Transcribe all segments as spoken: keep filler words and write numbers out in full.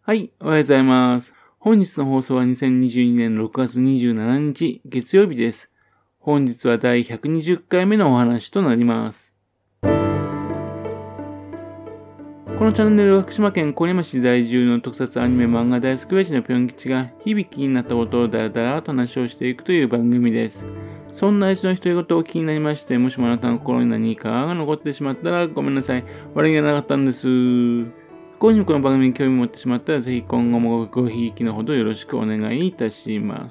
はい、おはようございます。本日の放送はにせんにじゅうにねんろくがつにじゅうしちにち月曜日です。本日はだいひゃくにじゅっかいめのお話となります。このチャンネルは福島県郡山市在住の特撮アニメ漫画大好き親父のぴょん吉が日々気になったことをだらだらと話をしていくという番組です。そんな親父の独り言を気になりまして、もしもあなたの心に何かが残ってしまったらごめんなさい。悪気がなかったんです。不幸にもこの番組に興味を持ってしまったら、ぜひ今後もごひいきのほどよろしくお願いいたします。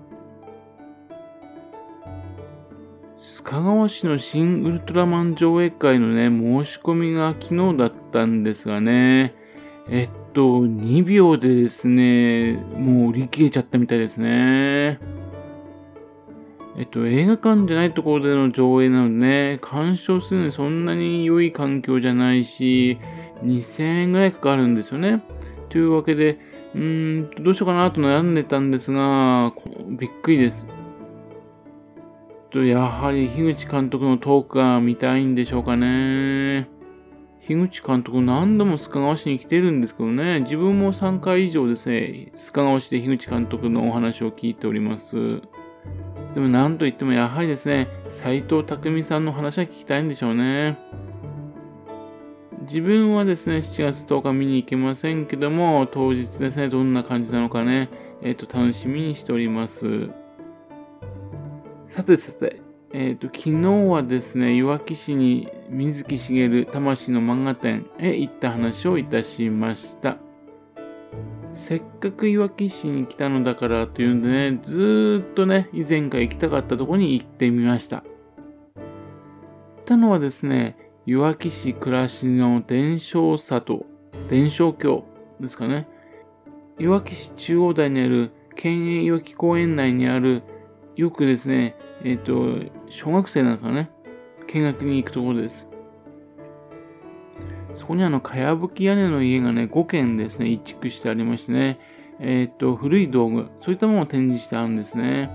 須賀川市の新ウルトラマン上映会のね、申し込みが昨日だったんですがね、えっと、にびょうでですね、もう売り切れちゃったみたいですね。えっと、映画館じゃないところでの上映なのでね、鑑賞するのにそんなに良い環境じゃないし、にせんえんぐらいかかるんですよね。というわけで、うーん、どうしようかなと悩んでたんですが、びっくりです。とやはり樋口監督のトークが見たいんでしょうかね。樋口監督何度も須賀川市に来てるんですけどね、自分もさんかい以上ですね、須賀川市で樋口監督のお話を聞いております。でも何と言ってもやはりですね、斎藤工さんの話は聞きたいんでしょうね。自分はですね、しちがつとおか見に行けませんけども、当日ですね、どんな感じなのかね、えっと、楽しみにしております。さてさて、えっと、昨日はですね、いわき市に水木しげる魂の漫画展へ行った話をいたしました。せっかくいわき市に来たのだからというんでね、ずーっとね、以前から行きたかったところに行ってみました。行ったのはですね、いわき市暮しの伝承里、伝承郷ですかね。いわき市中央台にある県営いわき公園内にある、よくですね、えっと、小学生なんかね、見学に行くところです。そこにあの、かやぶき屋根の家がね、ごけんですね、移築してありましてね、えっと、古い道具、そういったものを展示してあるんですね。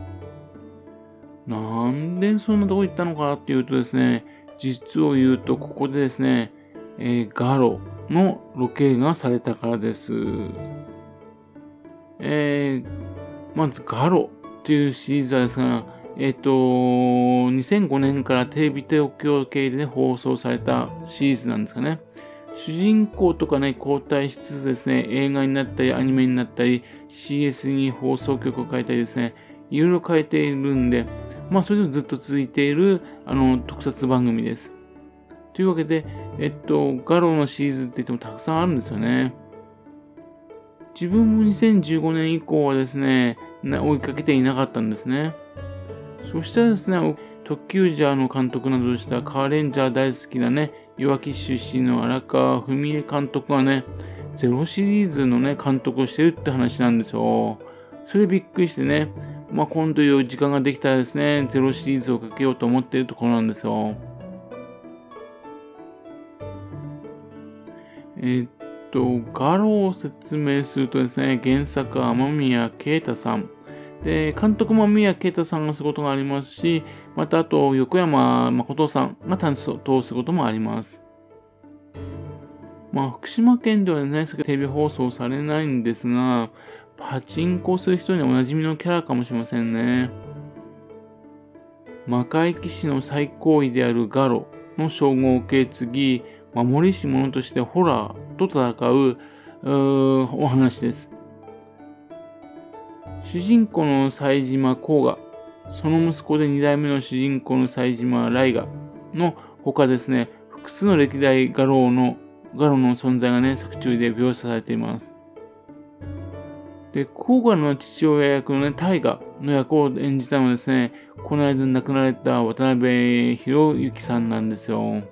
なんでそんなとこ行ったのかっていうとですね、実を言うと、ここでですね、えー、ガロのロケがされたからです。えー、まずガロっていうシリーズはですが、えっ、と、にせんごねんからテレビ東京系で、ね、放送されたシリーズなんですかね。主人公とかね、交代しつつですね、映画になったり、アニメになったり、シーエス に放送局を変えたりですね、いろいろ変えているんで、まあ、それでもずっと続いている、あの、特撮番組です。というわけで、えっと、ガロのシリーズって言ってもたくさんあるんですよね。自分もにせんじゅうごねん以降はですね、追いかけていなかったんですね。そしたらですね、特急ジャーの監督などしたカーレンジャー大好きなね、いわき市出身の荒川文江監督がね、ゼロシリーズのね、監督をしてるって話なんですよ。それでびっくりしてね、まあ、今度いう時間ができたらですね、ゼロシリーズをかけようと思っているところなんですよ。えー、っと、ガロを説明するとですね、原作は天宮啓太さん。で、監督も宮啓太さんがすることがありますし、またあと横山誠さんが担当することもあります。まあ、福島県ではね、テレビ放送されないんですが、パチンコをする人におなじみのキャラかもしれませんね。魔界騎士の最高位であるガロの称号を受け継ぎ、守りし者としてホラーと戦う、うお話です。主人公の冴島甲賀、その息子でにだいめの主人公の冴島来賀の他ですね、複数の歴代ガロのガロの存在がね、作中で描写されています。で、甲賀の父親役のね、大河の役を演じたのはですね、この間亡くなられた渡辺博之さんなんですよ。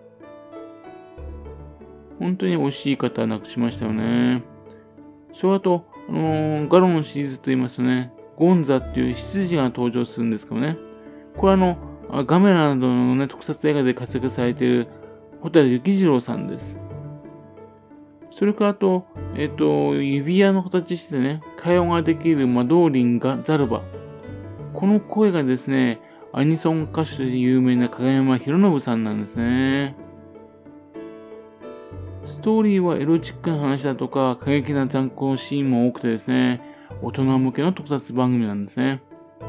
本当に惜しい方は亡くしましたよね。それと、あのー、ガロのシリーズと言いますとね、ゴンザっていう執事が登場するんですけどね。これはあの、ガメラなどのね、特撮映画で活躍されている蛍幸次郎さんです。それからあと、えっと、指輪の形してね、会話ができる魔導林がザルバ。この声がですね、アニソン歌手で有名な影山博信さんなんですね。 ストーリーはエロチックな話だとか、過激な残酷シーンも多くてですね、大人向けの特撮番組なんですね。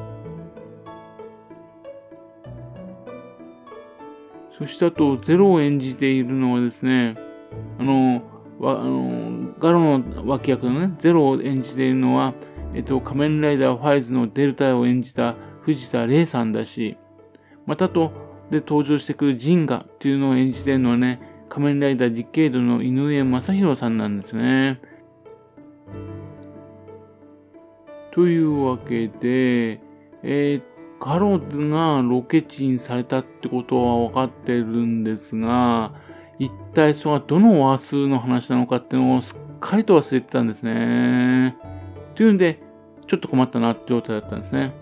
そしてあと、ゼロを演じているのはですね、あの、わあのガロの脇役のね、ゼロを演じているのは、えっと、仮面ライダーファイズのデルタを演じた藤田玲さんだし、またと、で登場してくるジンガっていうのを演じているのはね、仮面ライダーディケイドの井上正宏さんなんですね。というわけで、えー、ガロがロケ地にされたってことは分かってるんですが、一体それはどの話数の話なのかっていうのをすっかりと忘れてたんですね。というんで、ちょっと困ったなって状態だったんですね。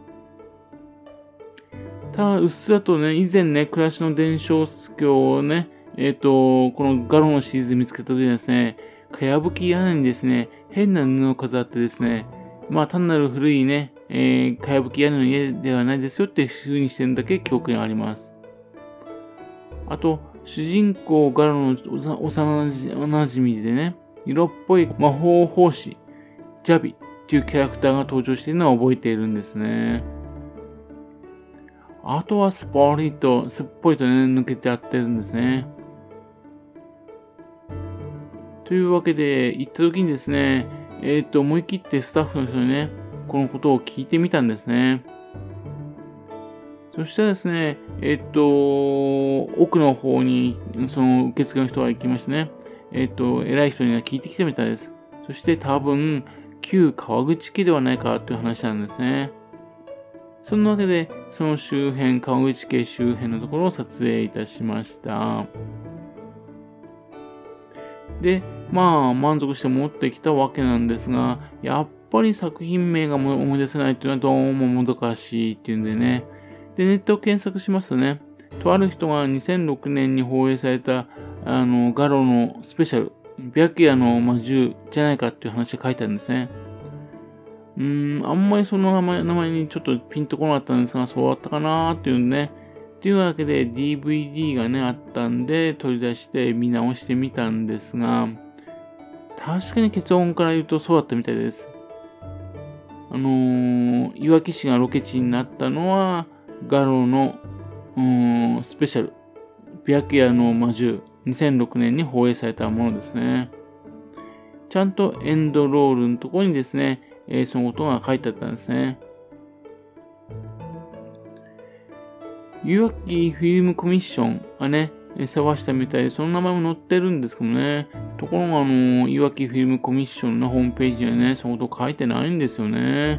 ただ、うっすらとね、以前ね、暮らしの伝承橋をね、えっ、ー、と、このガロのシリーズで見つけた時にですね、かやぶき屋根にですね、変な布を飾ってですね、まあ単なる古いね、えー、かやぶき屋根の家ではないですよっていう風にしてるだけ記憶にあります。あと、主人公ガロの幼馴染でね、色っぽい魔法法師、ジャビっていうキャラクターが登場しているのは覚えているんですね。あとはスポリと、すっぽりとね、抜けてやってるんですね。というわけで、行った時にですね、えっと、思い切ってスタッフの人にね、このことを聞いてみたんですね。そしたらですね、えっと、奥の方に、その受付の人が行きましてね、えっと、偉い人には聞いてきたみたいです。そして多分、旧川口家ではないかという話なんですね。そんなわけで、その周辺、川口家周辺のところを撮影いたしました。で、まあ、満足して持ってきたわけなんですが、やっぱり作品名が思い出せないっていうのはどうももどかしいっていうんでね。で、ネットを検索しますとね、とある人がにせんろくねんに放映された、あの、ガロのスペシャル、白夜の魔獣じゃないかっていう話が書いてあるんですね。うーん、あんまりその名前名前にちょっとピンとこなかったんですが、そうだったかなーっていうね。っていうわけで ディーブイディー がね、あったんで、取り出して見直してみたんですが、確かに結論から言うとそうだったみたいです。あのー、いわき市がロケ地になったのは、ガロの、うーん、スペシャル、白夜の魔獣、にせんろくねんに放映されたものですね。ちゃんとエンドロールのところにですね、えー、そのことが書いてあったんですね。いわきフィルムコミッションがね、探したみたいで、その名前も載ってるんですけどね。ところが、あの、いわきフィルムコミッションのホームページにはね、そのこと書いてないんですよね。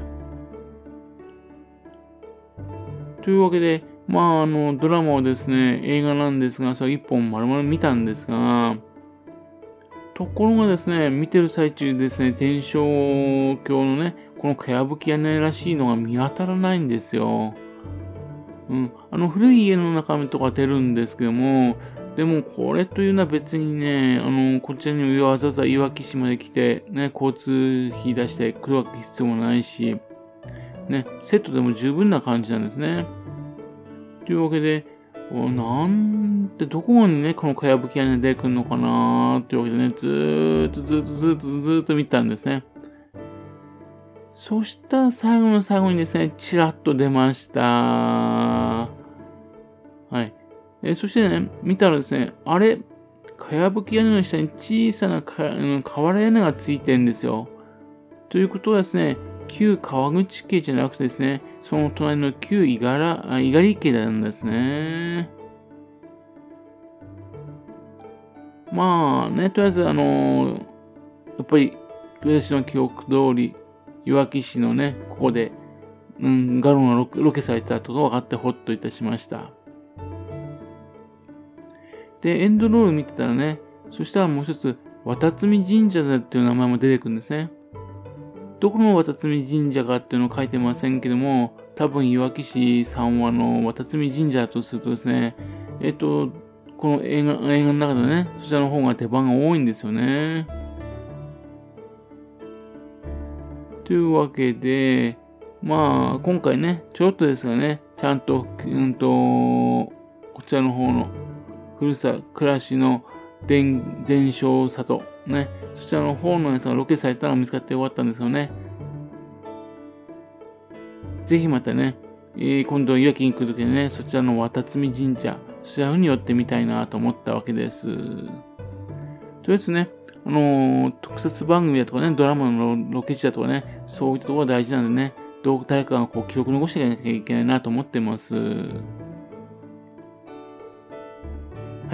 というわけで、まあ、あの、ドラマはですね、映画なんですが、それ一本丸々見たんですが、ところがですね、見てる最中にですね、天正橋のね、このかやぶき屋根らしいのが見当たらないんですよ。うん。あの、古い家の中身とか出るんですけども、でもこれというのは別にね、あの、こちらにわざわざいわき市まで来て、ね、交通費出して来るわけ必要もないし、ね、セットでも十分な感じなんですね。というわけで、なんで、どこまでね、このかやぶき屋根出てくるのかなーっていうわけでね、ずーっとずーっとずーっとずーっと見たんですね。そしたら最後の最後にですね、チラッと出ました。はい。えー、そしてね、見たらですね、あれ、かやぶき屋根の下に小さなか、うん、瓦屋根がついてるんですよ。ということはですね、旧川口家じゃなくてですね、その隣の旧伊賀ら、伊賀里家なんですね。まあね、とりあえず、あのー、やっぱり、私の記憶通り、いわき市のね、ここで、うん、ガロがロロケされてたことが分かってほっといたしました。で、エンドロール見てたらね、そしたらもう一つ、渡積神社だっていう名前も出てくるんですね。どこの渡積神社かっていうのを書いてませんけども、多分いわき市三和の渡積神社だとするとですね、えっと、この映画、映画の中でね、そちらの方が出番が多いんですよね。というわけで、まあ、今回ね、ちょっとですがね、ちゃんと、うんと、こちらの方の古さ、暮らしの伝、伝承里、ね、そちらの方のやつがロケされたのが見つかって終わったんですよね。ぜひまたね、えー、今度、いわきに来るときにね、そちらの渡積神社、そちらに寄ってみたいなと思ったわけです。とりあえずね、あのー、特撮番組だとかね、ドラマのロケ地だとかね、そういったところが大事なんでね、どう誰かがこう記録残していかなきゃいけないなと思ってます。はい。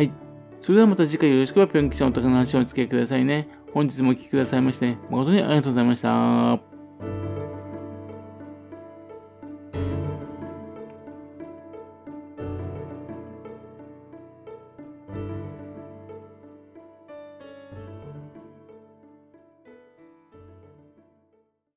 それではまた次回よろしくはぴょん吉のお宝の話をお付き合いくださいね。本日もお聞きくださいまして、誠にありがとうございました。